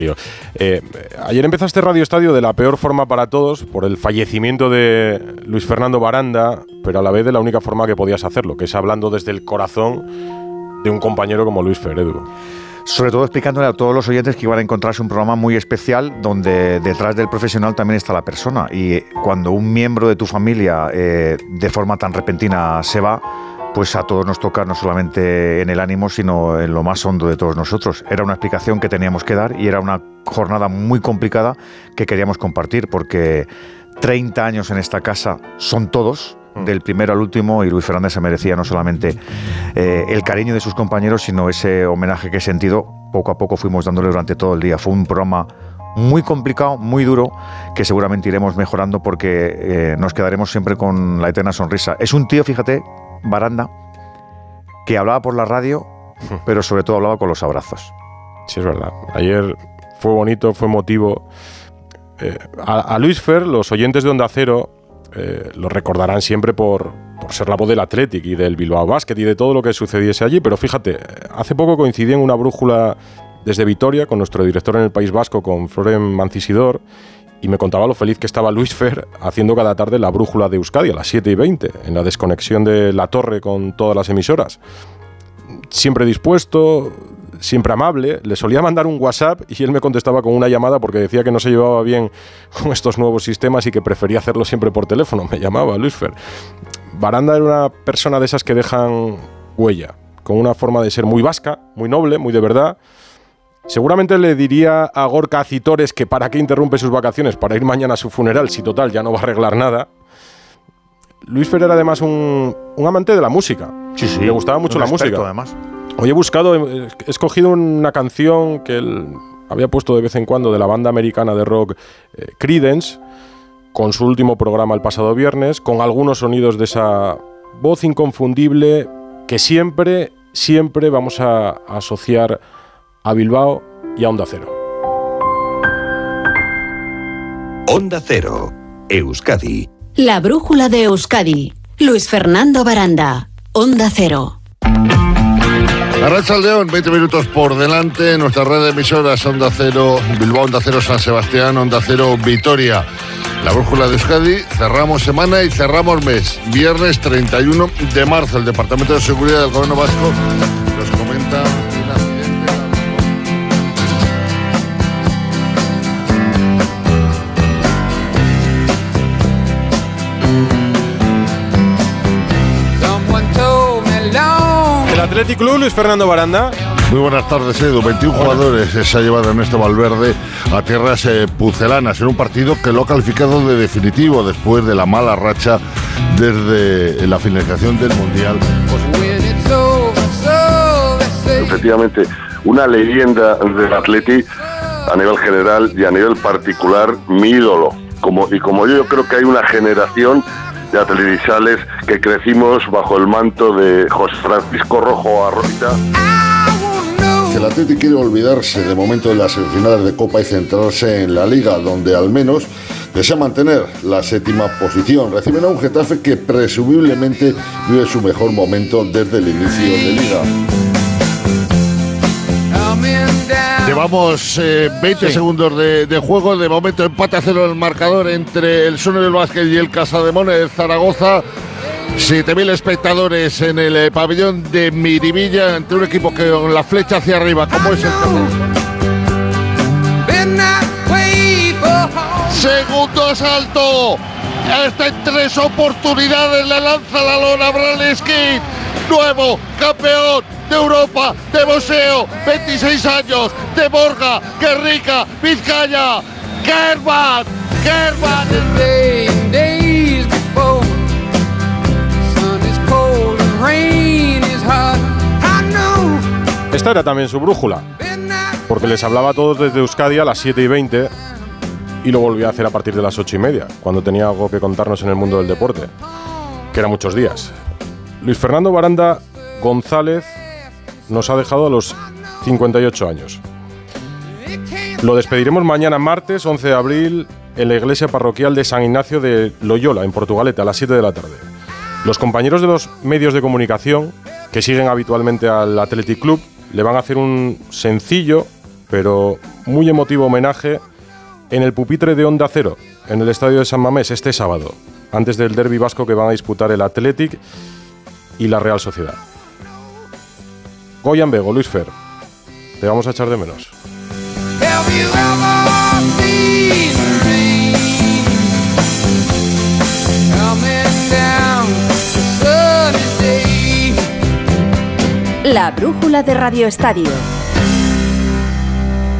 Ayer empezaste Radio Estadio de la peor forma para todos, por el fallecimiento de Luis Fernando Baranda, pero a la vez de la única forma que podías hacerlo, que es hablando desde el corazón de un compañero como Luis Fer, Edu. Sobre todo explicándole a todos los oyentes que iban a encontrarse un programa muy especial donde detrás del profesional también está la persona. Y cuando un miembro de tu familia de forma tan repentina se va, pues a todos nos toca no solamente en el ánimo, sino en lo más hondo de todos nosotros. Era una explicación que teníamos que dar y era una jornada muy complicada que queríamos compartir, porque 30 años en esta casa son todos, del primero al último, y Luis Fernández se merecía no solamente el cariño de sus compañeros, sino ese homenaje que he sentido. Poco a poco fuimos dándole durante todo el día. Fue un programa muy complicado, muy duro, que seguramente iremos mejorando porque nos quedaremos siempre con la eterna sonrisa. Es un tío, fíjate, Baranda, que hablaba por la radio, pero sobre todo hablaba con los abrazos. Sí, es verdad. Ayer fue bonito, fue emotivo. A Luis Fer, los oyentes de Onda Cero lo recordarán siempre por ser la voz del Athletic y del Bilbao Basket y de todo lo que sucediese allí. Pero fíjate, hace poco coincidí en una brújula desde Vitoria con nuestro director en el País Vasco, con Floren Mancisidor, y me contaba lo feliz que estaba Luis Fer haciendo cada tarde la brújula de Euskadi a las 7:20, en la desconexión de la torre con todas las emisoras. Siempre dispuesto, siempre amable. Le solía mandar un WhatsApp y él me contestaba con una llamada porque decía que no se llevaba bien con estos nuevos sistemas y que prefería hacerlo siempre por teléfono. Me llamaba Luis Fer. Baranda era una persona de esas que dejan huella, con una forma de ser muy vasca, muy noble, muy de verdad. Seguramente le diría a Gorka Acitores que para qué interrumpe sus vacaciones para ir mañana a su funeral, si total ya no va a arreglar nada. Luis Fer era además un amante de la música. Sí, sí. Le gustaba mucho la música. Además. Hoy he escogido una canción que él había puesto de vez en cuando de la banda americana de rock Creedence, con su último programa el pasado viernes, con algunos sonidos de esa voz inconfundible que siempre vamos a asociar a Bilbao y a Onda Cero. Onda Cero, Euskadi. La brújula de Euskadi. Luis Fernando Baranda, Onda Cero. Arratsaldeon, 20 minutos por delante. Nuestra red de emisoras: Onda Cero Bilbao, Onda Cero San Sebastián, Onda Cero Vitoria. La brújula de Euskadi, cerramos semana y cerramos mes. Viernes 31 de marzo. El Departamento de Seguridad del Gobierno Vasco nos comenta un accidente. El Athletic Club, Luis Fernando Baranda. Muy buenas tardes, Edu. 21 jugadores se ha llevado Ernesto Valverde a tierras pucelanas en un partido que lo ha calificado de definitivo después de la mala racha desde la finalización del Mundial. Efectivamente, una leyenda del Athletic a nivel general y a nivel particular, mi ídolo. Como yo creo que hay una generación de atletisales que crecimos bajo el manto de José Francisco Rojo Arroita. El Athletic quiere olvidarse de momento de las semifinales de Copa y centrarse en la Liga, donde al menos desea mantener la séptima posición. Reciben a un Getafe que presumiblemente vive su mejor momento desde el inicio de Liga. Llevamos 20 segundos de juego. De momento empate a 0 el marcador entre el Sono del Básquet y el Casademone de Zaragoza. 7.000 espectadores en el pabellón de Miribilla, entre un equipo que con la flecha hacia arriba, como es el segundo asalto. Está en 3 oportunidades, la lanza la lona Braleski, nuevo campeón de Europa de boxeo, 26 años, de Borja, Guerrica, Vizcaya, Kerman. Esta era también su brújula, porque les hablaba a todos desde Euskadi a las 7:20 y lo volvía a hacer a partir de las 8:30, cuando tenía algo que contarnos en el mundo del deporte, que eran muchos días. Luis Fernando Baranda González nos ha dejado a los 58 años. Lo despediremos mañana martes 11 de abril en la iglesia parroquial de San Ignacio de Loyola, en Portugalete, a las 7 de la tarde. Los compañeros de los medios de comunicación que siguen habitualmente al Athletic Club le van a hacer un sencillo pero muy emotivo homenaje en el pupitre de Onda Cero, en el estadio de San Mamés, este sábado, antes del derbi vasco que van a disputar el Athletic y la Real Sociedad. Goyan Bego, Luis Fer, te vamos a echar de menos. La brújula de Radio Estadio.